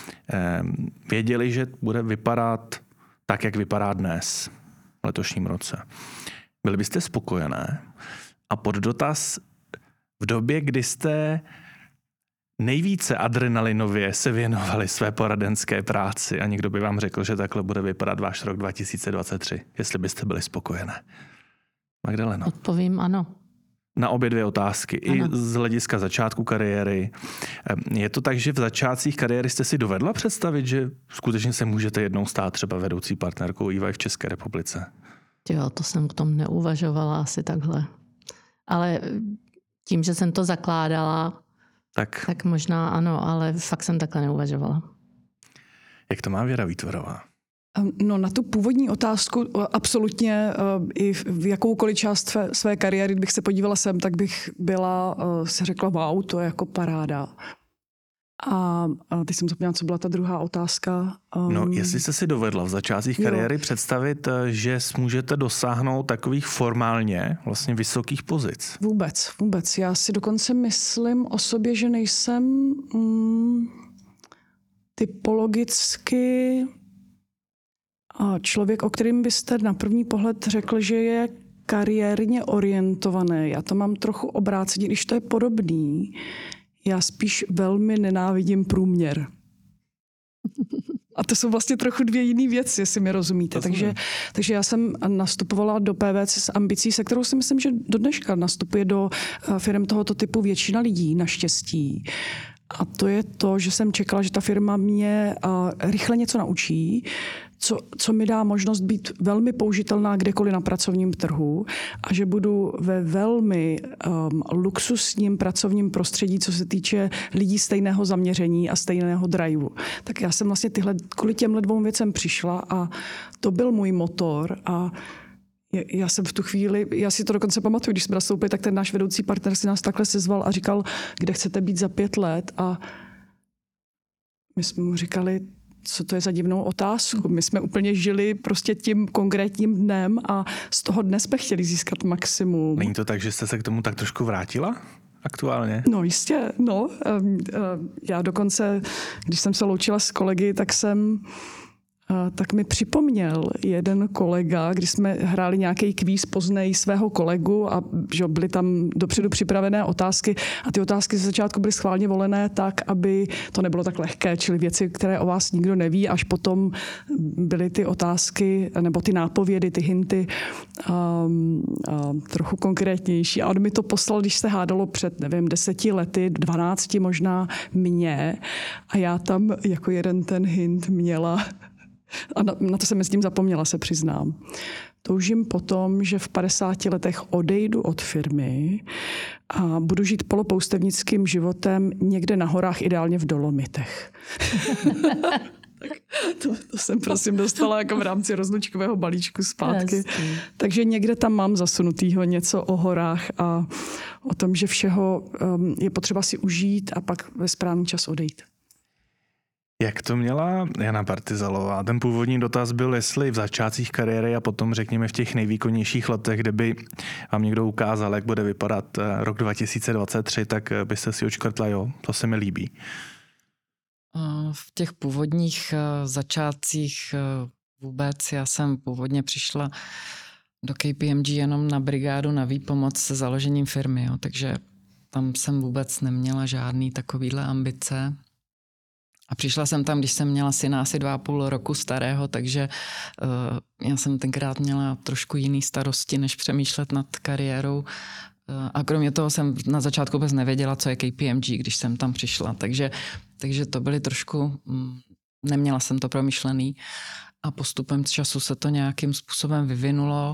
A: věděli, že bude vypadat tak, jak vypadá dnes, v letošním roce, byli byste spokojené? A pod dotaz, v době, kdy jste nejvíce adrenalinově se věnovali své poradenské práci a někdo by vám řekl, že takhle bude vypadat váš rok 2023, jestli byste byli spokojené. Magdaleno.
B: Odpovím ano.
A: Na obě 2 otázky. Ano. I z hlediska začátku kariéry. Je to tak, že v začátcích kariéry jste si dovedla představit, že skutečně se můžete jednou stát třeba vedoucí partnerkou EY v České republice?
B: Jo, to jsem k tomu neuvažovala asi takhle. Ale tím, že jsem to zakládala, tak možná ano, ale fakt jsem takhle neuvažovala.
A: Jak to má Věra Výtvorová?
C: No na tu původní otázku absolutně i v jakoukoliv část své kariéry, kdybych se podívala sem, tak bych byla, si řekla, wow, to je jako paráda. A teď jsem zapomněla, co byla ta druhá otázka.
A: No, jestli jste si dovedla v začátcích kariéry představit, že můžete dosáhnout takových formálně vlastně vysokých pozic?
C: Vůbec. Já si dokonce myslím o sobě, že nejsem typologicky člověk, o kterým byste na první pohled řekl, že je kariérně orientovaný. Já to mám trochu obráceně, když to je podobný. Já spíš velmi nenávidím průměr. A to jsou vlastně trochu dvě jiné věci, jestli mi rozumíte. Takže já jsem nastupovala do PVC s ambicí, se kterou si myslím, že do dneška nastupuje do firm tohoto typu většina lidí, naštěstí. A to je to, že jsem čekala, že ta firma mě rychle něco naučí, co mi dá možnost být velmi použitelná kdekoliv na pracovním trhu a že budu ve velmi luxusním pracovním prostředí, co se týče lidí stejného zaměření a stejného driveu. Tak já jsem vlastně kvůli těmhle dvou věcem přišla a to byl můj motor a já jsem v tu chvíli, já si to dokonce pamatuju, když jsme nastoupili, tak ten náš vedoucí partner si nás takhle sezval a říkal, kde chcete být za 5 let a my jsme mu říkali, co to je za divnou otázku. My jsme úplně žili prostě tím konkrétním dnem a z toho dne jsme chtěli získat maximum.
A: Není to tak, že jste se k tomu tak trošku vrátila aktuálně?
C: No jistě, no. Já dokonce, když jsem se loučila s kolegy, tak mi připomněl jeden kolega, když jsme hráli nějaký kvíz poznej svého kolegu a že byly tam dopředu připravené otázky a ty otázky ze začátku byly schválně volené tak, aby to nebylo tak lehké, čili věci, které o vás nikdo neví, až potom byly ty otázky nebo ty nápovědy, ty hinty trochu konkrétnější. A on mi to poslal, když se hádalo před, 10 lety, 12 možná mě a já tam jako jeden ten hint měla. A na to jsem mezi tím zapomněla, se přiznám. Toužím potom, že v 50 letech odejdu od firmy a budu žít polopoustevnickým životem někde na horách, ideálně v Dolomitech. To jsem prosím dostala jako v rámci rozlučkového balíčku zpátky.
B: Jasný.
C: Takže někde tam mám zasunutýho něco o horách a o tom, že všeho je potřeba si užít a pak ve správný čas odejít.
A: Jak to měla Jana Partizalová? Ten původní dotaz byl, jestli v začátcích kariéry a potom řekněme v těch nejvýkonnějších letech, kde by vám někdo ukázal, jak bude vypadat rok 2023, tak byste si očkrtla, jo, to se mi líbí.
D: V těch původních začátcích vůbec, já jsem původně přišla do KPMG jenom na brigádu na výpomoc se založením firmy, jo, takže tam jsem vůbec neměla žádný takovýhle ambice. A přišla jsem tam, když jsem měla syna asi 2,5 roku starého, takže já jsem tenkrát měla trošku jiný starosti, než přemýšlet nad kariérou. A kromě toho jsem na začátku vůbec nevěděla, co je KPMG, když jsem tam přišla. Takže to byly trošku, neměla jsem to promyšlený. A postupem času se to nějakým způsobem vyvinulo.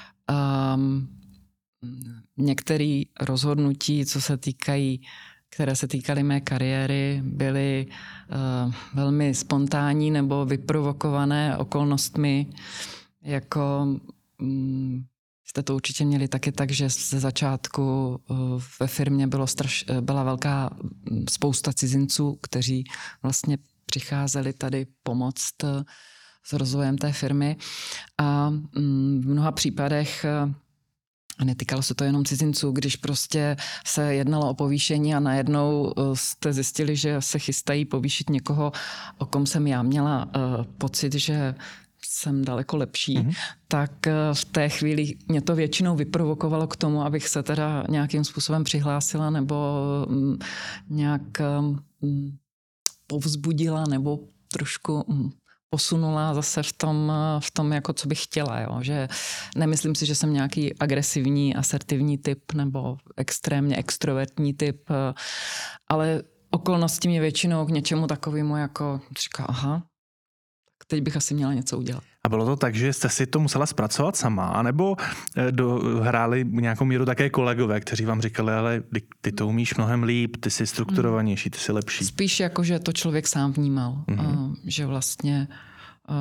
D: Některé rozhodnutí, které se týkaly mé kariéry, byly velmi spontánní nebo vyprovokované okolnostmi. Jako jste to určitě měli taky tak, že ze začátku ve firmě byla velká spousta cizinců, kteří vlastně přicházeli tady pomoct s rozvojem té firmy. A v mnoha případech a netýkalo se to jenom cizinců, když prostě se jednalo o povýšení a najednou jste zjistili, že se chystají povýšit někoho, o kom jsem já měla pocit, že jsem daleko lepší, tak v té chvíli mě to většinou vyprovokovalo k tomu, abych se teda nějakým způsobem přihlásila nebo nějak povzbudila nebo trošku posunula zase v tom jako co bych chtěla. Jo? Že nemyslím si, že jsem nějaký agresivní, asertivní typ nebo extrémně extrovertní typ, ale okolnosti mě většinou k něčemu takovému jako říká, aha, tak teď bych asi měla něco udělat.
A: A bylo to tak, že jste si to musela zpracovat sama, anebo hráli nějakou míru také kolegové, kteří vám říkali, ale ty to umíš mnohem líp, ty jsi strukturovanější, ty jsi lepší.
D: Spíš jako, že to člověk sám vnímal, že vlastně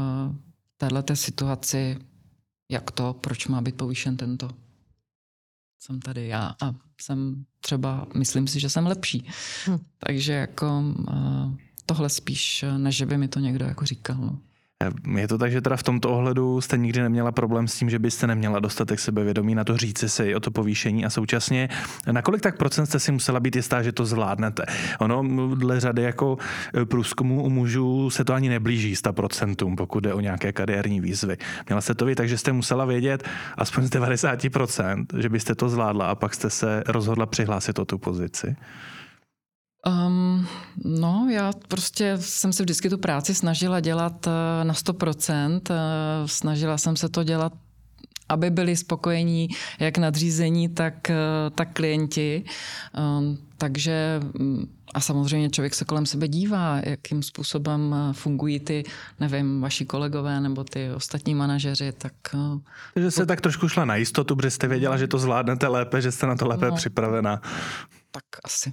D: téhleté situaci, jak to, proč má být povýšen tento. jsem tady já a myslím si, že jsem lepší. Takže jako tohle spíš, než že by mi to někdo jako říkal. No.
A: Je to tak, že teda v tomto ohledu jste nikdy neměla problém s tím, že byste neměla dostatek sebevědomí na to říci si o to povýšení a současně na kolik tak procent jste si musela být jistá, že to zvládnete? Ono dle řady jako průzkumů u mužů se to ani neblíží 100%, pokud jde o nějaké kariérní výzvy. Měla jste to vy, takže jste musela vědět aspoň z 90%, že byste to zvládla a pak jste se rozhodla přihlásit o tu pozici?
D: No, já prostě jsem se vždycky tu práci snažila dělat na 100%. Snažila jsem se to dělat, aby byli spokojení jak nadřízení, tak klienti. Takže a samozřejmě člověk se kolem sebe dívá, jakým způsobem fungují ty, nevím, vaši kolegové nebo ty ostatní manažeři, tak...
A: Takže jste tak trošku šla na jistotu, protože jste věděla, že to zvládnete lépe, že jste na to lépe připravená.
D: Tak asi.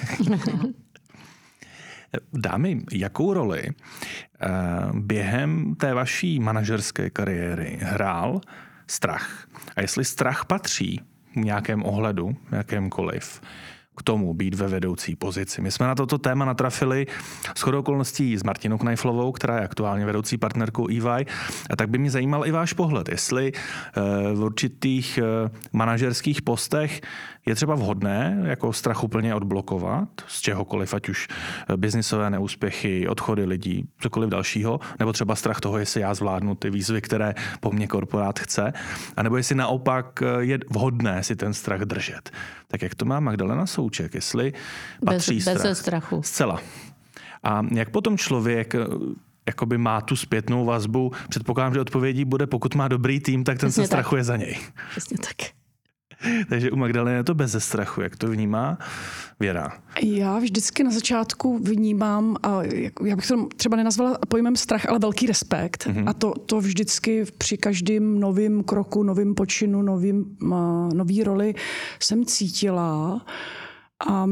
A: Dámy, jakou roli během té vaší manažerské kariéry hrál strach? A jestli strach patří v nějakém ohledu, jakémkoliv, k tomu být ve vedoucí pozici. My jsme na toto téma natrafili shodou okolností s Martinou Kneiflovou, která je aktuálně vedoucí partnerkou EY. A tak by mě zajímal i váš pohled, jestli v určitých manažerských postech je třeba vhodné jako strach úplně odblokovat z čehokoliv, ať už biznisové neúspěchy, odchody lidí, cokoliv dalšího, nebo třeba strach toho, jestli já zvládnu ty výzvy, které po mně korporát chce, anebo jestli naopak je vhodné si ten strach držet. Tak jak to má Magdalena Souček, jestli patří strach?
B: Bez strachu.
A: Zcela. A jak potom člověk jakoby má tu zpětnou vazbu, předpokládám, že odpovědí bude, pokud má dobrý tým, tak ten se strachuje za něj.
B: Přesně tak.
A: Takže u Magdaleny je to bez strachu. Jak to vnímá Věra?
C: Já vždycky na začátku vnímám, a já bych to třeba nenazvala pojmem strach, ale velký respekt. Mm-hmm. A to vždycky při každém novém kroku, novém počinu, nový roli jsem cítila. A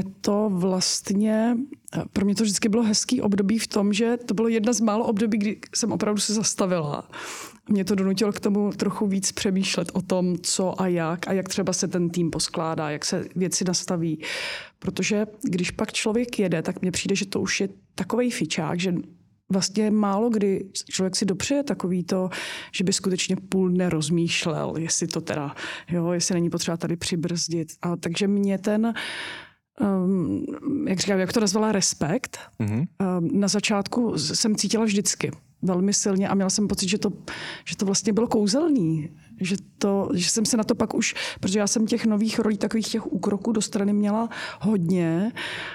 C: pro mě to vždycky bylo hezký období v tom, že to bylo jedna z málo období, kdy jsem opravdu se zastavila. Mě to donutilo k tomu trochu víc přemýšlet o tom, co a jak třeba se ten tým poskládá, jak se věci nastaví. Protože když pak člověk jede, tak mně přijde, že to už je takovej fičák, že vlastně málo kdy člověk si dopřeje takový to, že by skutečně půl dne rozmýšlel, jestli to teda, jestli není potřeba tady přibrzdit. A takže mě ten, jak říkám, jak to nazvala, respekt, na začátku jsem cítila vždycky velmi silně a měla jsem pocit, že to vlastně bylo kouzelný. Že jsem se na to pak už, protože já jsem těch nových rolí, takových těch úkroků do strany měla hodně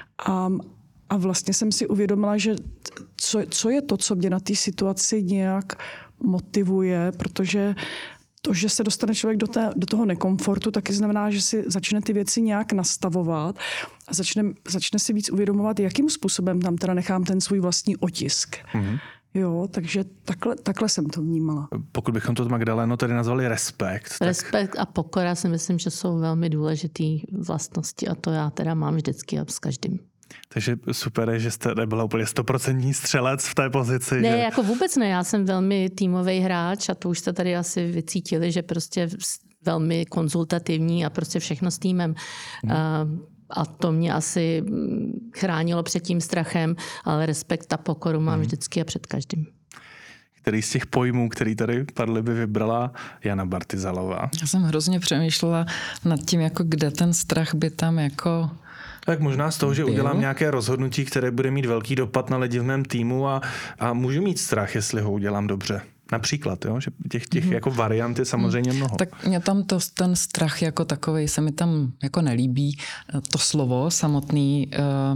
C: a vlastně jsem si uvědomila, že co je to, co mě na té situaci nějak motivuje, protože to, že se dostane člověk do toho nekomfortu, taky znamená, že si začne ty věci nějak nastavovat a začne si víc uvědomovat, jakým způsobem tam teda nechám ten svůj vlastní otisk. Mm-hmm. Jo, takže takhle jsem to vnímala.
A: Pokud bychom to Magdaleno tady nazvali respekt.
B: Respekt a pokora si myslím, že jsou velmi důležitý vlastnosti a to já teda mám vždycky a s každým.
A: Takže super, že jste nebyla úplně 100% střelec v té pozici.
B: Ne, jako vůbec ne, já jsem velmi týmový hráč a to už jste tady asi vycítili, že prostě velmi konzultativní a prostě všechno s týmem. A to mě asi chránilo před tím strachem, ale respekt a pokoru mám vždycky a před každým.
A: Který z těch pojmů, který tady padly, by vybrala Jana Bartyzalová?
D: Já jsem hrozně přemýšlela nad tím, jako kde ten strach by tam jako...
A: Tak možná z toho, že udělám nějaké rozhodnutí, které bude mít velký dopad na lidi v mém týmu a můžu mít strach, jestli ho udělám dobře. Například, jo? Že těch jako variant je samozřejmě mnoho.
D: Tak mě tam ten strach jako takovej se mi tam jako nelíbí, to slovo samotný.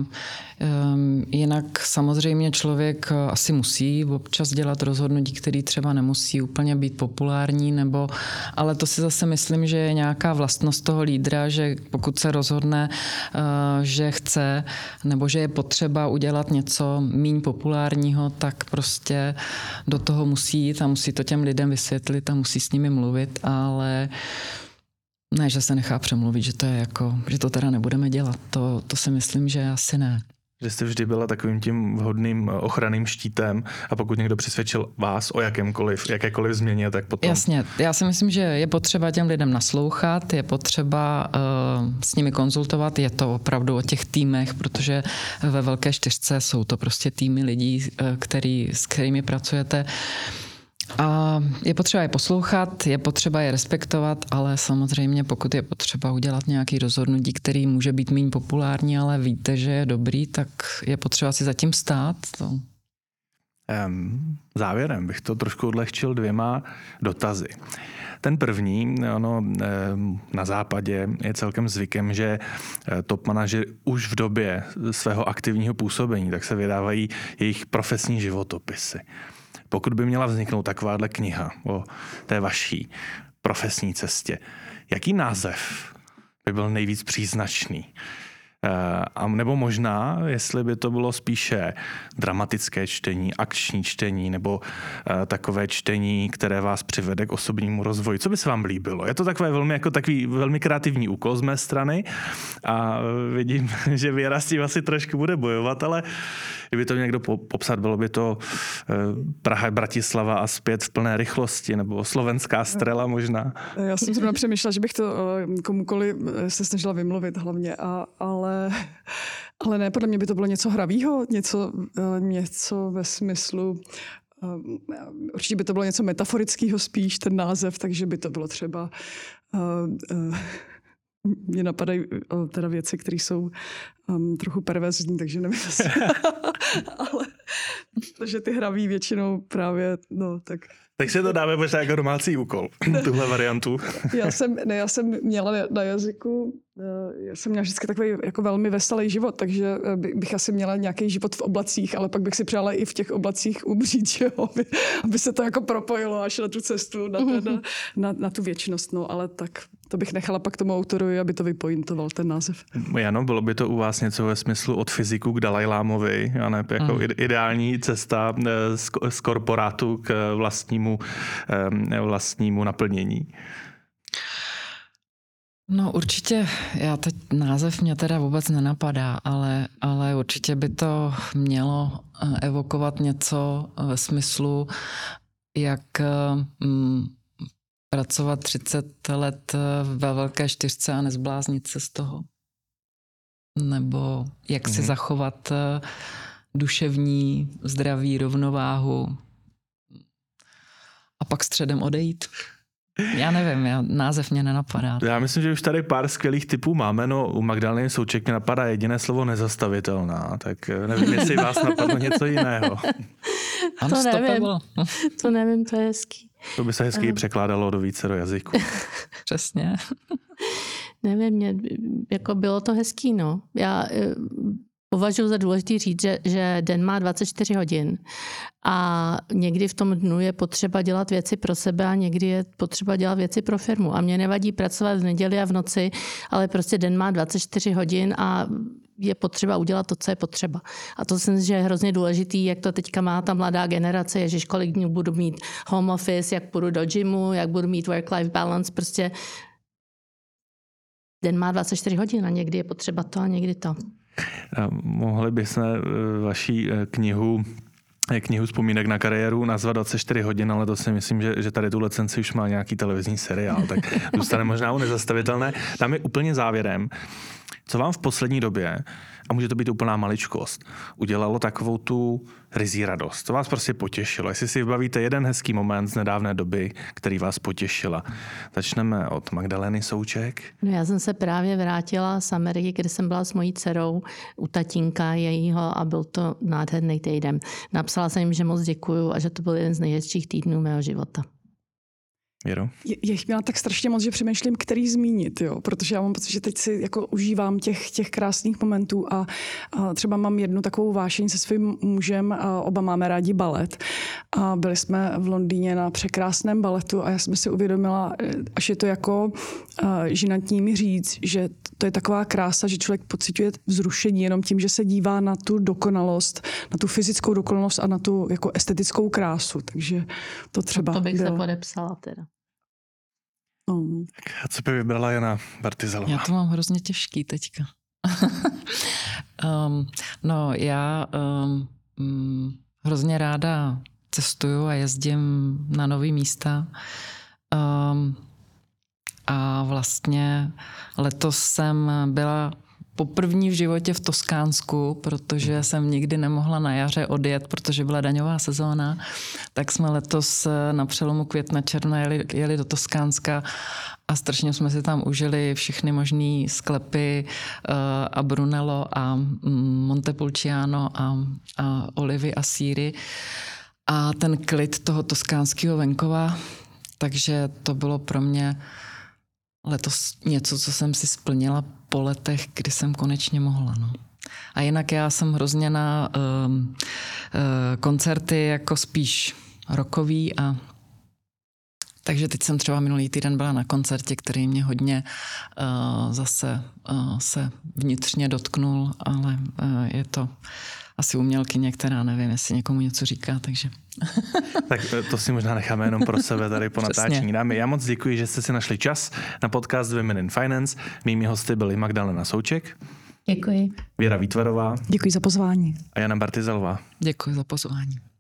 D: Jinak samozřejmě člověk asi musí občas dělat rozhodnutí, které třeba nemusí úplně být populární, ale to si zase myslím, že je nějaká vlastnost toho lídra, že pokud se rozhodne, že chce nebo že je potřeba udělat něco míň populárního, tak prostě do toho musí jít a musí to těm lidem vysvětlit a musí s nimi mluvit, ale ne, že se nechá přemluvit, že to je jako, že to teda nebudeme dělat. To si myslím, že asi ne.
A: Že jste vždy byla takovým tím vhodným ochranným štítem a pokud někdo přesvědčil vás o jakékoliv změně, tak potom...
D: Jasně, já si myslím, že je potřeba těm lidem naslouchat, je potřeba s nimi konzultovat, je to opravdu o těch týmech, protože ve Velké čtyřce jsou to prostě týmy lidí, s kterými pracujete. A je potřeba je poslouchat, je potřeba je respektovat, ale samozřejmě pokud je potřeba udělat nějaký rozhodnutí, který může být méně populární, ale víte, že je dobrý, tak je potřeba si zatím stát.
A: Závěrem bych to trošku odlehčil 2 dotazy. Ten první, na západě je celkem zvykem, že top manažeři už v době svého aktivního působení, tak se vydávají jejich profesní životopisy. Pokud by měla vzniknout takováhle kniha o té vaší profesní cestě, jaký název by byl nejvíc příznačný? A nebo možná, jestli by to bylo spíše dramatické čtení, akční čtení, nebo takové čtení, které vás přivede k osobnímu rozvoji. Co by se vám líbilo? Je to takový velmi kreativní úkol z mé strany a vidím, že Věra s tím asi trošku bude bojovat, ale kdyby to někdo popsat, bylo by to Praha, Bratislava a zpět v plné rychlosti, nebo slovenská Strela možná.
C: Já jsem zrovna přemýšlela, že bych to komukoliv se snažila vymluvit hlavně, ale ne, podle mě by to bylo něco hravýho, něco ve smyslu, určitě by to bylo něco metaforického spíš, ten název, takže by to bylo třeba, mě napadají teda věci, které jsou trochu perverzní, takže nevím, ale protože ty hraví většinou právě, tak...
A: Tak si to dáme možná jako domácí úkol, tuhle variantu.
C: Já jsem měla na jazyku, já jsem měla vždycky takový jako velmi veselý život, takže bych asi měla nějaký život v oblacích, ale pak bych si přála i v těch oblacích umřít, že jo? Aby se to jako propojilo až na tu cestu, na tu věčnost, ale tak to bych nechala pak tomu autorovi, aby to vypointoval ten název.
A: Ano, bylo by to u vás něco ve smyslu od fyziku k Dalajlámovi, a ne jako ideální cesta z korporátu k vlastnímu naplnění.
D: No určitě, název mě teda vůbec nenapadá, ale určitě by to mělo evokovat něco ve smyslu, jak pracovat 30 let ve Velké čtyřce a nezbláznit se z toho. Nebo jak si zachovat duševní zdraví, rovnováhu a pak středem odejít. Já nevím, název mě nenapadá.
A: Já myslím, že už tady pár skvělých typů máme, u Magdaleny Souček mě napadá jediné slovo nezastavitelná, tak nevím, jestli vás napadlo něco jiného.
B: To nevím, to je hezký.
A: To by se hezky překládalo do vícero jazyků.
D: Přesně.
B: Nevím, jako bylo to hezký, Já považuji za důležitý říct, že den má 24 hodin a někdy v tom dnu je potřeba dělat věci pro sebe a někdy je potřeba dělat věci pro firmu. A mě nevadí pracovat v neděli a v noci, ale prostě den má 24 hodin a je potřeba udělat to, co je potřeba. A to si myslím, že je hrozně důležitý, jak to teďka má ta mladá generace, ježiš, kolik dnů budu mít home office, jak půjdu do gymu, jak budu mít work-life balance, prostě den má 24 hodin a někdy je potřeba to a někdy to.
A: Mohli bychom vaší knihu vzpomínek na kariéru nazvat 24 hodin, ale to si myslím, že tady tu licenci už má nějaký televizní seriál, tak zůstane možná u nezastavitelné. Tam je úplně závěrem, co vám v poslední době, a může to být úplná maličkost, udělalo takovou tu ryzí radost. To vás prostě potěšilo. Jestli si vybavíte jeden hezký moment z nedávné doby, který vás potěšila. Začneme od Magdaleny Souček.
B: No, já jsem se právě vrátila z Ameriky, kde jsem byla s mojí dcerou u tatínka jejího a byl to nádherný týden. Napsala jsem jim, že moc děkuju a že to byl jeden z nejhezčích týdnů mého života.
A: Věro?
C: Je jich měla tak strašně moc, že přemýšlím, který zmínit, protože já mám pocit, že teď si jako užívám těch krásných momentů a třeba mám jednu takovou vášeň se svým mužem a oba máme rádi balet. A byli jsme v Londýně na překrásném baletu a já jsem si uvědomila, až je to jako žinantní mi říct, že to je taková krása, že člověk pociťuje vzrušení jenom tím, že se dívá na tu dokonalost, na tu fyzickou dokonalost a na tu jako estetickou krásu. Takže to třeba
B: to bych se podepsala teda.
A: A co by vybrala Jana Bartyzalová?
D: Já to mám hrozně těžký teďka. No já hrozně ráda cestuju a jezdím na nový místa. A vlastně letos jsem byla poprvní v životě v Toskánsku, protože jsem nikdy nemohla na jaře odjet, protože byla daňová sezóna, tak jsme letos na přelomu května června jeli do Toskánska a strašně jsme si tam užili všechny možný sklepy a Brunello a Montepulciano a olivy a sýry a ten klid toho toskánského venkova, takže to bylo pro mě letos něco, co jsem si splnila po letech, kdy jsem konečně mohla. No. A jinak já jsem hrozně na koncerty jako spíš rockový takže teď jsem třeba minulý týden byla na koncertě, který mě hodně zase se vnitřně dotknul, ale je to asi umělkyně, která nevím, jestli někomu něco říká, takže...
A: Tak to si možná necháme jenom pro sebe tady po natáčení. Dámy, já moc děkuji, že jste si našli čas na podcast Women in Finance. Mými hosty byly Magdalena Souček.
B: Děkuji.
A: Věra Výtvarová.
C: Děkuji za pozvání.
A: A Jana Bartyzelová.
D: Děkuji za pozvání.